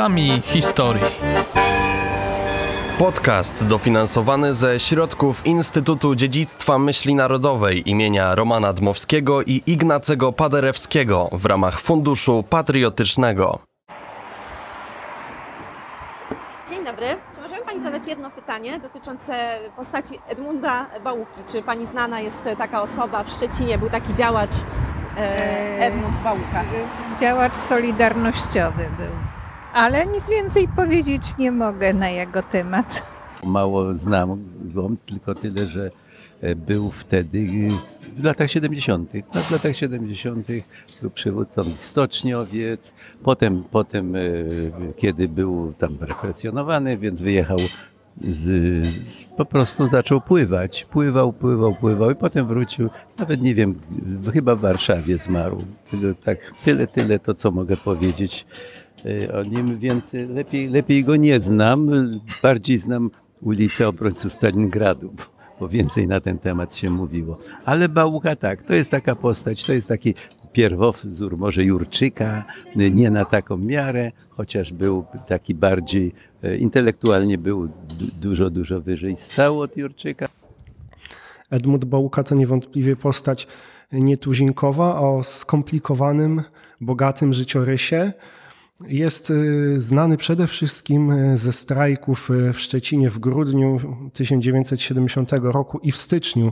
Głosami historii. Podcast dofinansowany ze środków Instytutu Dziedzictwa Myśli Narodowej imienia Romana Dmowskiego i Ignacego Paderewskiego w ramach Funduszu Patriotycznego. Dzień dobry. Czy możemy Pani zadać jedno pytanie dotyczące postaci Edmunda Bałuki? Czy Pani znana jest taka osoba w Szczecinie? Był taki działacz Edmund Bałuka. Działacz solidarnościowy był, ale nic więcej powiedzieć nie mogę na jego temat. Mało znam go, tylko tyle, że był wtedy w latach 70. W latach 70. był przywódcą Stoczniowiec, potem kiedy był tam represjonowany, więc wyjechał, po prostu zaczął pływać. Pływał i potem wrócił, nawet nie wiem, chyba w Warszawie zmarł. Tak, tyle to, co mogę powiedzieć o nim, więc lepiej go nie znam, bardziej znam ulicę Obrońców Stalingradu, bo więcej na ten temat się mówiło. Ale Bałuka tak, to jest taka postać, to jest taki pierwowzór może Jurczyka, nie na taką miarę, chociaż był taki bardziej intelektualnie, był dużo wyżej stał od Jurczyka. Edmund Bałuka to niewątpliwie postać nietuzinkowa o skomplikowanym, bogatym życiorysie. Jest znany przede wszystkim ze strajków w Szczecinie w grudniu 1970 roku i w styczniu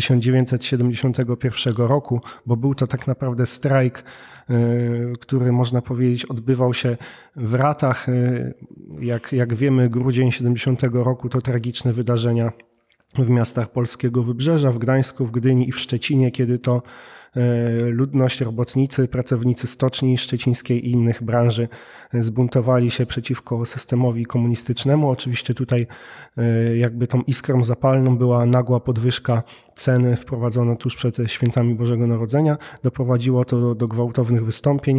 1971 roku, bo był to tak naprawdę strajk, który można powiedzieć odbywał się w ratach. Jak wiemy, grudzień 70 roku to tragiczne wydarzenia w miastach polskiego Wybrzeża, w Gdańsku, w Gdyni i w Szczecinie, kiedy to ludność, robotnicy, pracownicy stoczni szczecińskiej i innych branży zbuntowali się przeciwko systemowi komunistycznemu. Oczywiście tutaj jakby tą iskrą zapalną była nagła podwyżka ceny wprowadzona tuż przed świętami Bożego Narodzenia. Doprowadziło to do gwałtownych wystąpień,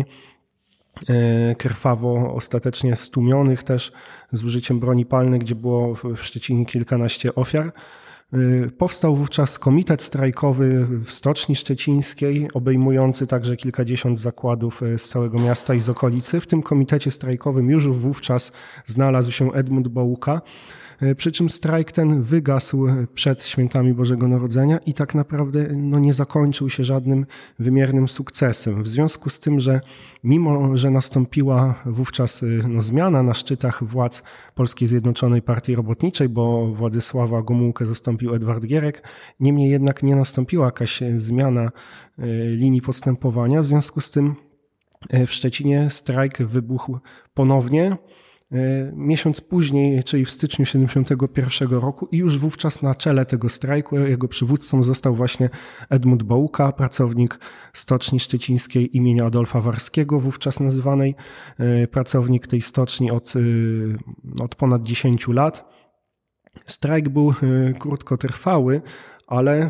krwawo ostatecznie stłumionych też z użyciem broni palnej, gdzie było w Szczecinie kilkanaście ofiar. Powstał wówczas komitet strajkowy w Stoczni Szczecińskiej, obejmujący także kilkadziesiąt zakładów z całego miasta i z okolicy. W tym komitecie strajkowym już wówczas znalazł się Edmund Bałuka, przy czym strajk ten wygasł przed świętami Bożego Narodzenia i tak naprawdę nie zakończył się żadnym wymiernym sukcesem. W związku z tym, że mimo, że nastąpiła wówczas zmiana na szczytach władz Polskiej Zjednoczonej Partii Robotniczej, bo Władysława Gomułkę zastąpił Edward Gierek, niemniej jednak nie nastąpiła jakaś zmiana linii postępowania. W związku z tym w Szczecinie strajk wybuchł ponownie. Miesiąc później, czyli w styczniu 1971 roku i już wówczas na czele tego strajku jego przywódcą został właśnie Edmund Bałuka, pracownik Stoczni Szczecińskiej imienia Adolfa Warskiego, wówczas nazywanej, pracownik tej stoczni od ponad 10 lat. Strajk był krótkotrwały, ale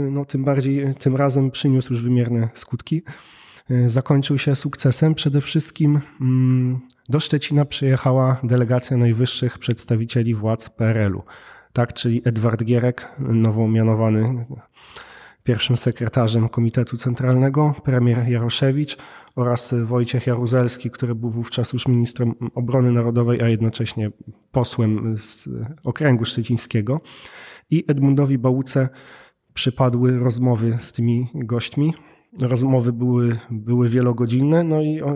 tym razem przyniósł już wymierne skutki. Zakończył się sukcesem. Przede wszystkim do Szczecina przyjechała delegacja najwyższych przedstawicieli władz PRL-u, tak, czyli Edward Gierek, nowo mianowany pierwszym sekretarzem Komitetu Centralnego, premier Jaroszewicz oraz Wojciech Jaruzelski, który był wówczas już ministrem obrony narodowej, a jednocześnie posłem z okręgu szczecińskiego. I Edmundowi Bałuce przypadły rozmowy z tymi gośćmi. Były wielogodzinne, i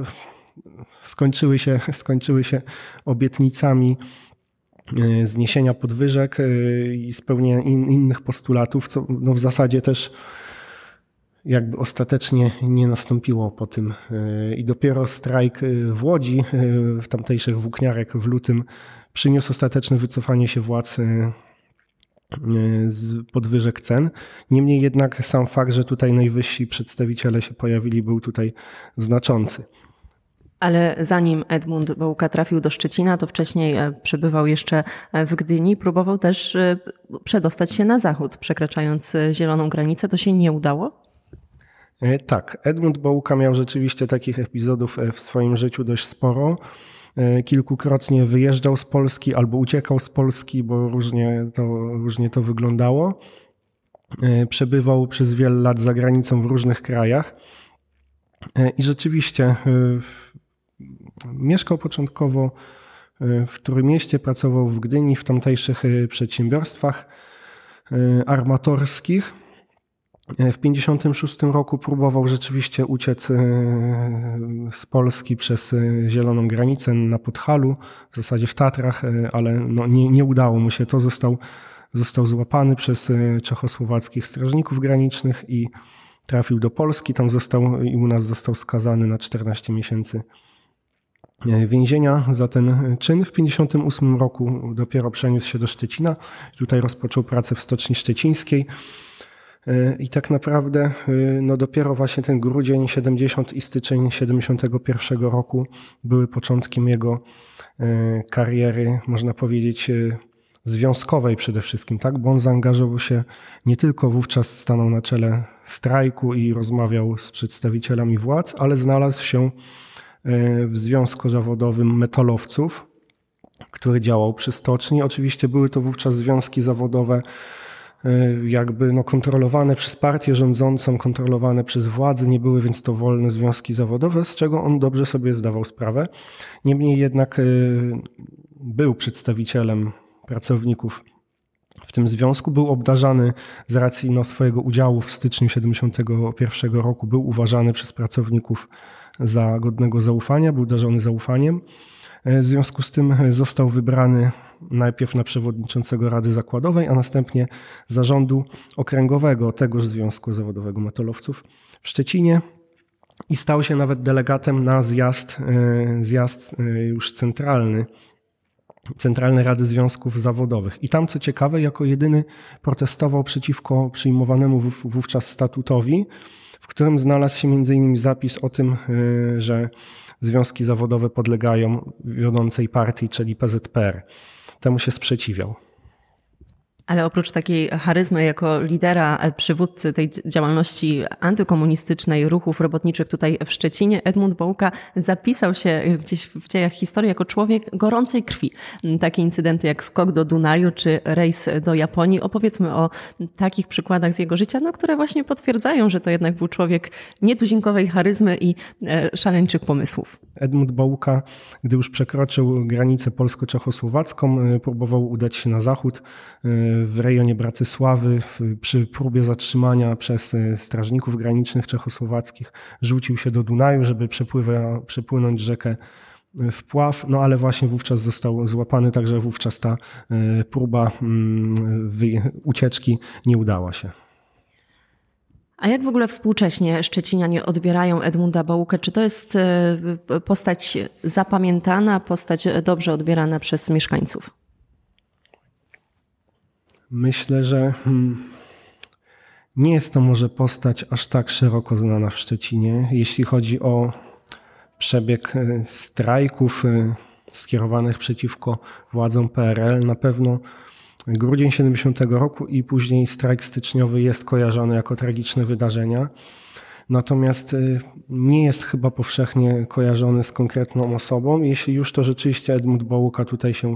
skończyły się obietnicami zniesienia podwyżek i spełnienia innych postulatów, co w zasadzie też jakby ostatecznie nie nastąpiło po tym. I dopiero strajk w Łodzi, w tamtejszych włókniarek w lutym, przyniósł ostateczne wycofanie się władz z podwyżek cen. Niemniej jednak sam fakt, że tutaj najwyżsi przedstawiciele się pojawili, był tutaj znaczący. Ale zanim Edmund Bałuka trafił do Szczecina, to wcześniej przebywał jeszcze w Gdyni. Próbował też przedostać się na zachód, przekraczając zieloną granicę. To się nie udało? Tak, Edmund Bałuka miał rzeczywiście takich epizodów w swoim życiu dość sporo. Kilkukrotnie wyjeżdżał z Polski albo uciekał z Polski, bo różnie to wyglądało. Przebywał przez wiele lat za granicą w różnych krajach i rzeczywiście mieszkał początkowo W Trójmieście pracował w Gdyni w tamtejszych przedsiębiorstwach armatorskich. W 1956 roku próbował rzeczywiście uciec z Polski przez zieloną granicę na Podhalu, w zasadzie w Tatrach, ale no nie udało mu się to. Został złapany przez czechosłowackich strażników granicznych i trafił do Polski. Tam został i u nas został skazany na 14 miesięcy więzienia za ten czyn. W 1958 roku dopiero przeniósł się do Szczecina. Tutaj rozpoczął pracę w Stoczni Szczecińskiej. I tak naprawdę no dopiero właśnie ten grudzień 70 i styczeń 71 roku były początkiem jego kariery, można powiedzieć, związkowej przede wszystkim, tak? Bo on zaangażował się nie tylko wówczas, stanął na czele strajku i rozmawiał z przedstawicielami władz, ale znalazł się w związku zawodowym metalowców, który działał przy stoczni. Oczywiście były to wówczas związki zawodowe jakby no kontrolowane przez partię rządzącą, kontrolowane przez władze, nie były więc to wolne związki zawodowe, z czego on dobrze sobie zdawał sprawę. Niemniej jednak był przedstawicielem pracowników w tym związku, był obdarzany z racji no, swojego udziału w styczniu 71 roku, był uważany przez pracowników za godnego zaufania, był darzony zaufaniem. W związku z tym został wybrany najpierw na przewodniczącego Rady Zakładowej, a następnie zarządu okręgowego tegoż Związku Zawodowego Metalowców w Szczecinie i stał się nawet delegatem na zjazd już Centralnej Rady Związków Zawodowych. I tam, co ciekawe, jako jedyny protestował przeciwko przyjmowanemu wówczas statutowi, w którym znalazł się m.in. zapis o tym, że związki zawodowe podlegają wiodącej partii, czyli PZPR. Temu się sprzeciwiał. Ale oprócz takiej charyzmy jako lidera, przywódcy tej działalności antykomunistycznej, ruchów robotniczych tutaj w Szczecinie, Edmund Bołka zapisał się gdzieś w dziejach historii jako człowiek gorącej krwi. Takie incydenty jak skok do Dunaju czy rejs do Japonii. Opowiedzmy o takich przykładach z jego życia, no, które właśnie potwierdzają, że to jednak był człowiek nietuzinkowej charyzmy i szaleńczych pomysłów. Edmund Bołka, gdy już przekroczył granicę polsko-czechosłowacką, próbował udać się na zachód. W rejonie Bratysławy przy próbie zatrzymania przez strażników granicznych czechosłowackich rzucił się do Dunaju, żeby przepłynąć rzekę w pław, no ale właśnie wówczas został złapany, także wówczas ta próba ucieczki nie udała się. A jak w ogóle współcześnie szczecinianie odbierają Edmunda Bołkę? Czy to jest postać zapamiętana, postać dobrze odbierana przez mieszkańców? Myślę, że nie jest to może postać aż tak szeroko znana w Szczecinie. Jeśli chodzi o przebieg strajków skierowanych przeciwko władzom PRL, na pewno grudzień 70 roku i później strajk styczniowy jest kojarzony jako tragiczne wydarzenia. Natomiast nie jest chyba powszechnie kojarzony z konkretną osobą. Jeśli już, to rzeczywiście Edmund Bołka tutaj się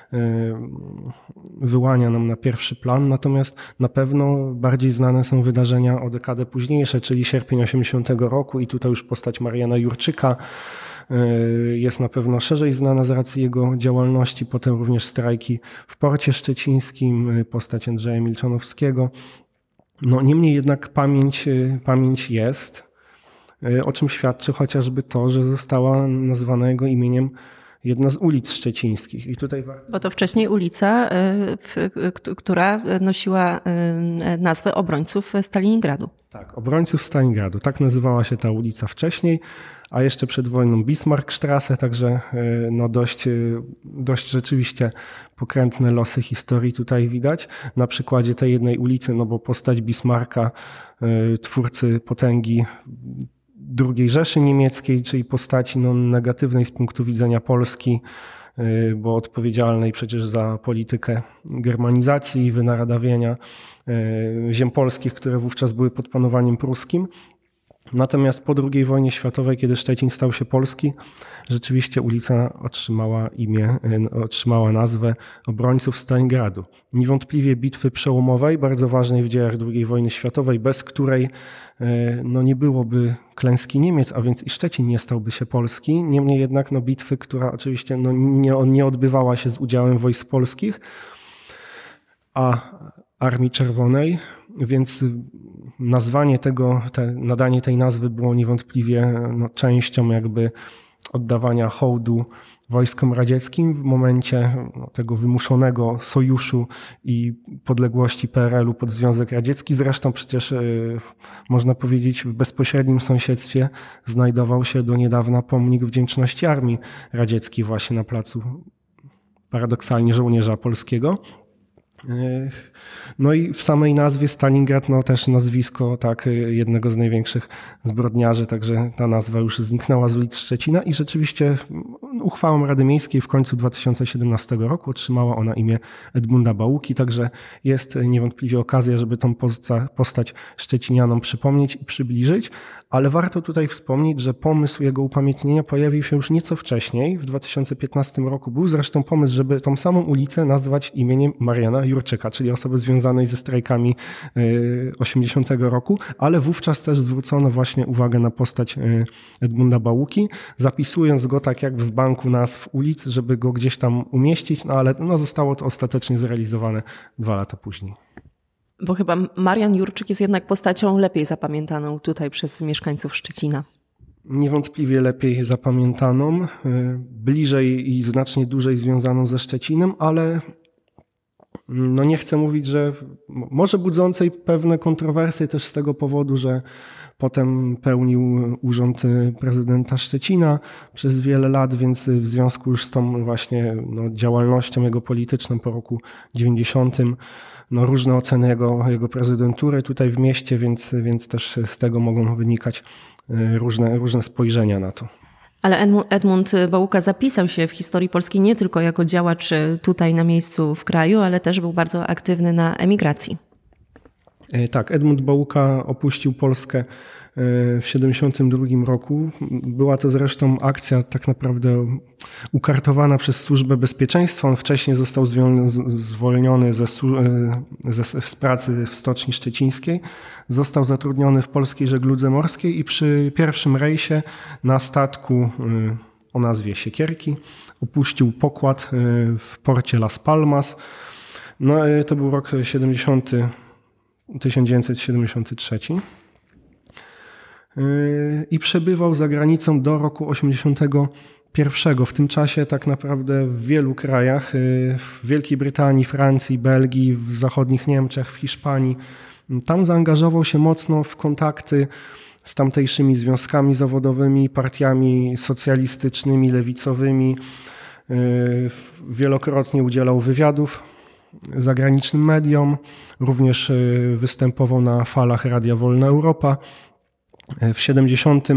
wyłania nam na pierwszy plan. Natomiast na pewno bardziej znane są wydarzenia o dekadę późniejsze, czyli sierpień 80 roku i tutaj już postać Mariana Jurczyka jest na pewno szerzej znana z racji jego działalności. Potem również strajki w Porcie Szczecińskim, postać Andrzeja Milczanowskiego. No, niemniej jednak pamięć jest, o czym świadczy chociażby to, że została nazwana jego imieniem jedna z ulic szczecińskich. I tutaj bo to wcześniej ulica, która nosiła nazwę obrońców Stalingradu. Tak, obrońców Stalingradu. Tak nazywała się ta ulica wcześniej, a jeszcze przed wojną Bismarckstraße, także no dość rzeczywiście pokrętne losy historii tutaj widać. Na przykładzie tej jednej ulicy, no bo postać Bismarcka, twórcy potęgi II Rzeszy Niemieckiej, czyli postaci no, negatywnej z punktu widzenia Polski, bo odpowiedzialnej przecież za politykę germanizacji i wynaradawiania ziem polskich, które wówczas były pod panowaniem pruskim. Natomiast po II wojnie światowej, kiedy Szczecin stał się polski, rzeczywiście ulica otrzymała nazwę obrońców Stalingradu. Niewątpliwie bitwy przełomowej, bardzo ważnej w dziejach II wojny światowej, bez której nie byłoby klęski Niemiec, a więc i Szczecin nie stałby się polski. Niemniej jednak bitwy, która oczywiście nie odbywała się z udziałem wojsk polskich, a Armii Czerwonej, więc nadanie tej nazwy było niewątpliwie częścią jakby oddawania hołdu wojskom radzieckim w momencie tego wymuszonego sojuszu i podległości PRL-u pod Związek Radziecki. Zresztą przecież można powiedzieć w bezpośrednim sąsiedztwie znajdował się do niedawna pomnik wdzięczności Armii Radzieckiej właśnie na placu paradoksalnie żołnierza polskiego. No i w samej nazwie Stalingrad też nazwisko jednego z największych zbrodniarzy, także ta nazwa już zniknęła z ulic Szczecina i rzeczywiście uchwałą Rady Miejskiej w końcu 2017 roku otrzymała ona imię Edmunda Bałuki, także jest niewątpliwie okazja, żeby tą postać szczecinianom przypomnieć i przybliżyć, ale warto tutaj wspomnieć, że pomysł jego upamiętnienia pojawił się już nieco wcześniej, w 2015 roku. Był zresztą pomysł, żeby tą samą ulicę nazwać imieniem Mariana Jurczyka, czyli osoby związanej ze strajkami 80 roku, ale wówczas też zwrócono właśnie uwagę na postać Edmunda Bałuki, zapisując go tak jak w banku nazw ulic, żeby go gdzieś tam umieścić, ale zostało to ostatecznie zrealizowane 2 lata później. Bo chyba Marian Jurczyk jest jednak postacią lepiej zapamiętaną tutaj przez mieszkańców Szczecina. Niewątpliwie lepiej zapamiętaną, bliżej i znacznie dłużej związaną ze Szczecinem, ale nie chcę mówić, że może budzącej pewne kontrowersje też z tego powodu, że potem pełnił urząd prezydenta Szczecina przez wiele lat, więc w związku już z tą właśnie działalnością jego polityczną po roku 90, różne oceny jego prezydentury tutaj w mieście, więc też z tego mogą wynikać różne spojrzenia na to. Ale Edmund Bałuka zapisał się w historii Polski nie tylko jako działacz tutaj na miejscu w kraju, ale też był bardzo aktywny na emigracji. Tak, Edmund Bałuka opuścił Polskę w 1972 roku. Była to zresztą akcja tak naprawdę ukartowana przez Służbę Bezpieczeństwa. On wcześniej został zwolniony z pracy w Stoczni Szczecińskiej. Został zatrudniony w polskiej żegludze morskiej i przy pierwszym rejsie na statku o nazwie Siekierki opuścił pokład w porcie Las Palmas. To był rok 1973. I przebywał za granicą do roku 1981. W tym czasie tak naprawdę w wielu krajach, w Wielkiej Brytanii, Francji, Belgii, w zachodnich Niemczech, w Hiszpanii, tam zaangażował się mocno w kontakty z tamtejszymi związkami zawodowymi, partiami socjalistycznymi, lewicowymi. Wielokrotnie udzielał wywiadów zagranicznym mediom, również występował na falach Radia Wolna Europa. W 70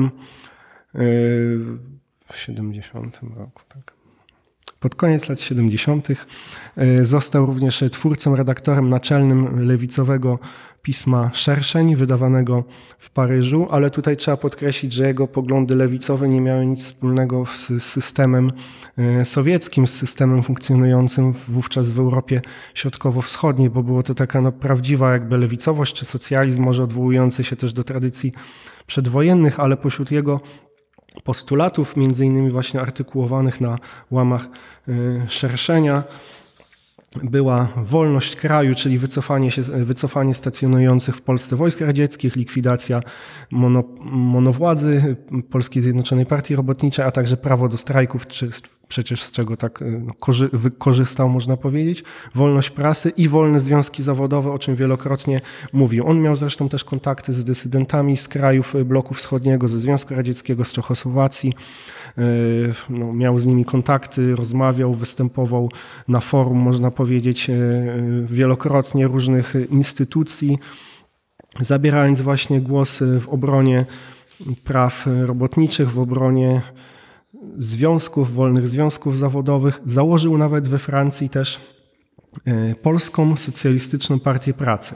roku, tak. Pod koniec lat 70. został również twórcą, redaktorem naczelnym lewicowego pisma Szerszeń, wydawanego w Paryżu, ale tutaj trzeba podkreślić, że jego poglądy lewicowe nie miały nic wspólnego z systemem sowieckim, z systemem funkcjonującym wówczas w Europie Środkowo-Wschodniej, bo było to taka prawdziwa jakby lewicowość czy socjalizm, może odwołujący się też do tradycji przedwojennych, ale pośród jego postulatów, między innymi właśnie artykułowanych na łamach Szerszenia, była wolność kraju, czyli wycofanie stacjonujących w Polsce wojsk radzieckich, likwidacja monowładzy Polskiej Zjednoczonej Partii Robotniczej, a także prawo do strajków, przecież z czego tak korzystał, można powiedzieć, wolność prasy i wolne związki zawodowe, o czym wielokrotnie mówił. On miał zresztą też kontakty z dysydentami z krajów bloku wschodniego, ze Związku Radzieckiego, z Czechosłowacji. Miał z nimi kontakty, rozmawiał, występował na forum, można powiedzieć, wielokrotnie różnych instytucji, zabierając właśnie głos w obronie praw robotniczych, w obronie związków, wolnych związków zawodowych. Założył nawet we Francji też Polską Socjalistyczną Partię Pracy.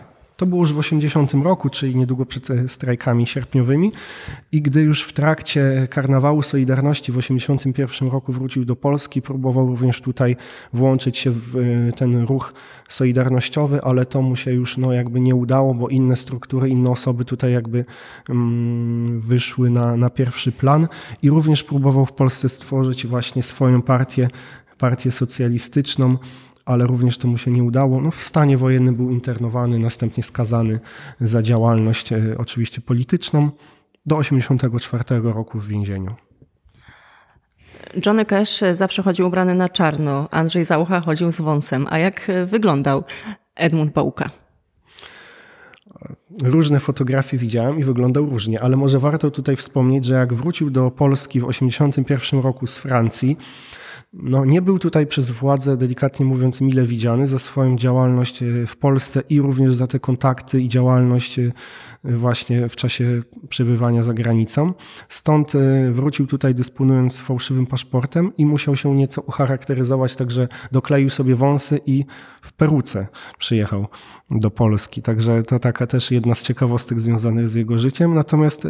To było już w 80 roku, czyli niedługo przed strajkami sierpniowymi i gdy już w trakcie karnawału Solidarności w 81 roku wrócił do Polski, próbował również tutaj włączyć się w ten ruch solidarnościowy, ale to mu się już jakby nie udało, bo inne struktury, inne osoby tutaj jakby wyszły na pierwszy plan i również próbował w Polsce stworzyć właśnie swoją partię socjalistyczną, ale również to mu się nie udało. W stanie wojennym był internowany, następnie skazany za działalność oczywiście polityczną do 1984 roku w więzieniu. Johnny Cash zawsze chodził ubrany na czarno, Andrzej Zaucha chodził z wąsem. A jak wyglądał Edmund Bałuka? Różne fotografie widziałem i wyglądał różnie, ale może warto tutaj wspomnieć, że jak wrócił do Polski w 1981 roku z Francji, nie był tutaj przez władze, delikatnie mówiąc, mile widziany za swoją działalność w Polsce i również za te kontakty i działalność właśnie w czasie przebywania za granicą. Stąd wrócił tutaj dysponując fałszywym paszportem i musiał się nieco ucharakteryzować, także dokleił sobie wąsy i w peruce przyjechał do Polski. Także to taka też jedna z ciekawostek związanych z jego życiem. Natomiast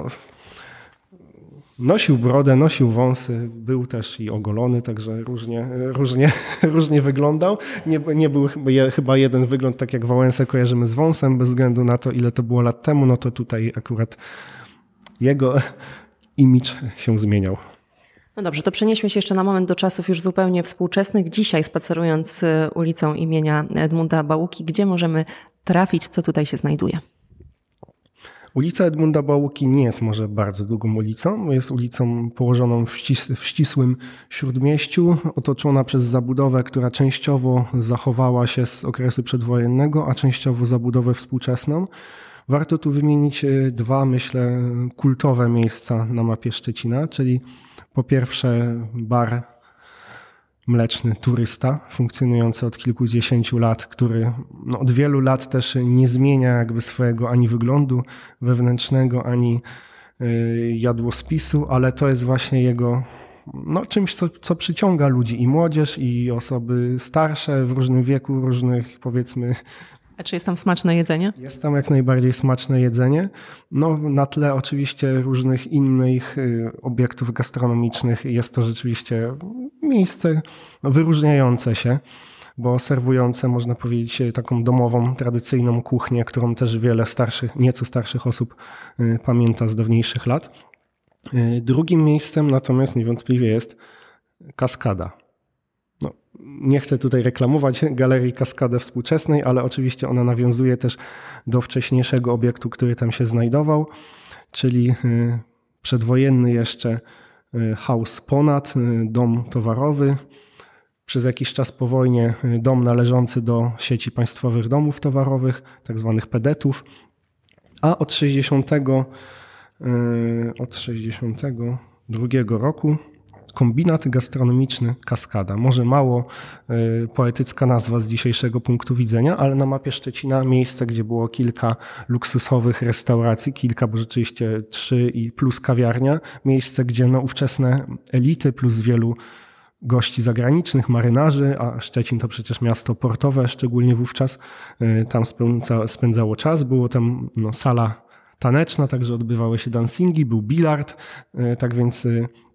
nosił brodę, nosił wąsy, był też i ogolony, także różnie wyglądał. Nie był chyba jeden wygląd, tak jak Wałęsę kojarzymy z wąsem, bez względu na to, ile to było lat temu, to tutaj akurat jego imidż się zmieniał. No dobrze, to przenieśmy się jeszcze na moment do czasów już zupełnie współczesnych. Dzisiaj spacerując ulicą imienia Edmunda Bałuki, gdzie możemy trafić, co tutaj się znajduje? Ulica Edmunda Bałuki nie jest może bardzo długą ulicą. Jest ulicą położoną w ścisłym śródmieściu, otoczona przez zabudowę, która częściowo zachowała się z okresu przedwojennego, a częściowo zabudowę współczesną. Warto tu wymienić dwa, myślę, kultowe miejsca na mapie Szczecina, czyli po pierwsze bar Mleczny Turysta, funkcjonujący od kilkudziesięciu lat, który od wielu lat też nie zmienia jakby swojego ani wyglądu wewnętrznego, ani jadłospisu, ale to jest właśnie jego czymś, co przyciąga ludzi i młodzież, i osoby starsze w różnym wieku, różnych powiedzmy. A czy jest tam smaczne jedzenie? Jest tam jak najbardziej smaczne jedzenie. Na tle oczywiście różnych innych obiektów gastronomicznych jest to rzeczywiście miejsce wyróżniające się, bo serwujące, można powiedzieć, taką domową, tradycyjną kuchnię, którą też wiele nieco starszych osób pamięta z dawniejszych lat. Drugim miejscem natomiast niewątpliwie jest Kaskada. Nie chcę tutaj reklamować Galerii Kaskady Współczesnej, ale oczywiście ona nawiązuje też do wcześniejszego obiektu, który tam się znajdował, czyli przedwojenny jeszcze Haus Ponad, dom towarowy. Przez jakiś czas po wojnie dom należący do sieci państwowych domów towarowych, tak zwanych pedetów, a od 1962 roku kombinat gastronomiczny Kaskada. Może mało poetycka nazwa z dzisiejszego punktu widzenia, ale na mapie Szczecina miejsce, gdzie było kilka luksusowych restauracji, bo rzeczywiście 3 i plus kawiarnia. Miejsce, gdzie ówczesne elity plus wielu gości zagranicznych, marynarzy, a Szczecin to przecież miasto portowe, szczególnie wówczas tam spędzało czas. Było tam sala taneczna, także odbywały się dancingi, był bilard, tak więc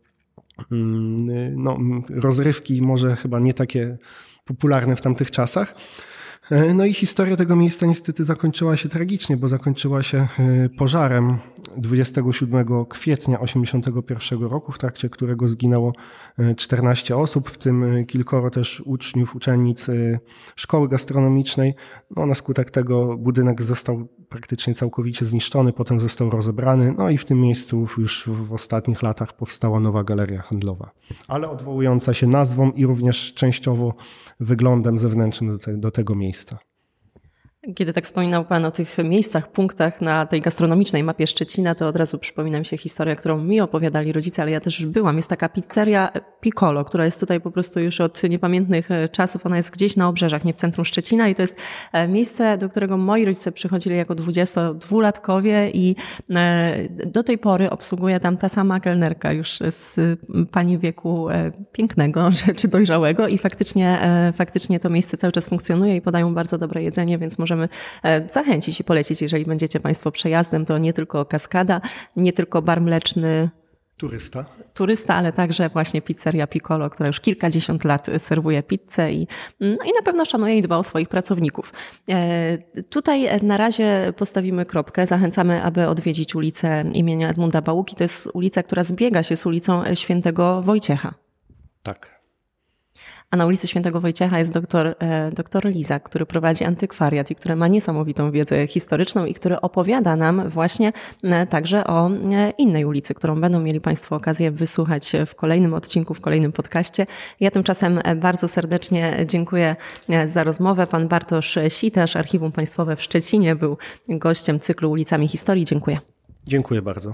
rozrywki może chyba nie takie popularne w tamtych czasach. I historia tego miejsca niestety zakończyła się tragicznie, bo zakończyła się pożarem 27 kwietnia 1981 roku, w trakcie którego zginęło 14 osób, w tym kilkoro też uczniów, uczennic szkoły gastronomicznej. Na skutek tego budynek został praktycznie całkowicie zniszczony, potem został rozebrany, i w tym miejscu już w ostatnich latach powstała nowa galeria handlowa, ale odwołująca się nazwą i również częściowo wyglądem zewnętrznym do tego miejsca. Kiedy tak wspominał Pan o tych miejscach, punktach na tej gastronomicznej mapie Szczecina, to od razu przypomina mi się historia, którą mi opowiadali rodzice, ale ja też już byłam. Jest taka pizzeria Piccolo, która jest tutaj po prostu już od niepamiętnych czasów. Ona jest gdzieś na obrzeżach, nie w centrum Szczecina, i to jest miejsce, do którego moi rodzice przychodzili jako 22-latkowie i do tej pory obsługuje tam ta sama kelnerka już z pani wieku pięknego czy dojrzałego, i faktycznie to miejsce cały czas funkcjonuje i podają bardzo dobre jedzenie, więc możemy zachęcić i polecić, jeżeli będziecie Państwo przejazdem, to nie tylko kaskada, nie tylko bar mleczny, turysta, ale także właśnie pizzeria Piccolo, która już kilkadziesiąt lat serwuje pizzę i na pewno szanuje i dba o swoich pracowników. Tutaj na razie postawimy kropkę. Zachęcamy, aby odwiedzić ulicę imienia Edmunda Bałuki. To jest ulica, która zbiega się z ulicą Świętego Wojciecha. Tak. A na ulicy Świętego Wojciecha jest doktor Lizak, który prowadzi antykwariat i który ma niesamowitą wiedzę historyczną i który opowiada nam właśnie także o innej ulicy, którą będą mieli Państwo okazję wysłuchać w kolejnym odcinku, w kolejnym podcaście. Ja tymczasem bardzo serdecznie dziękuję za rozmowę. Pan Bartosz Sitarz, Archiwum Państwowe w Szczecinie, był gościem cyklu Ulicami Historii. Dziękuję. Dziękuję bardzo.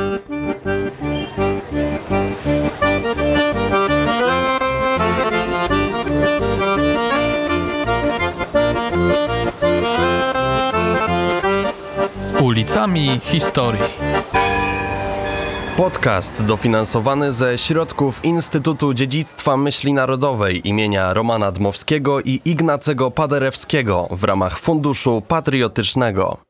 Ulicami Historii. Podcast dofinansowany ze środków Instytutu Dziedzictwa Myśli Narodowej imienia Romana Dmowskiego i Ignacego Paderewskiego w ramach Funduszu Patriotycznego.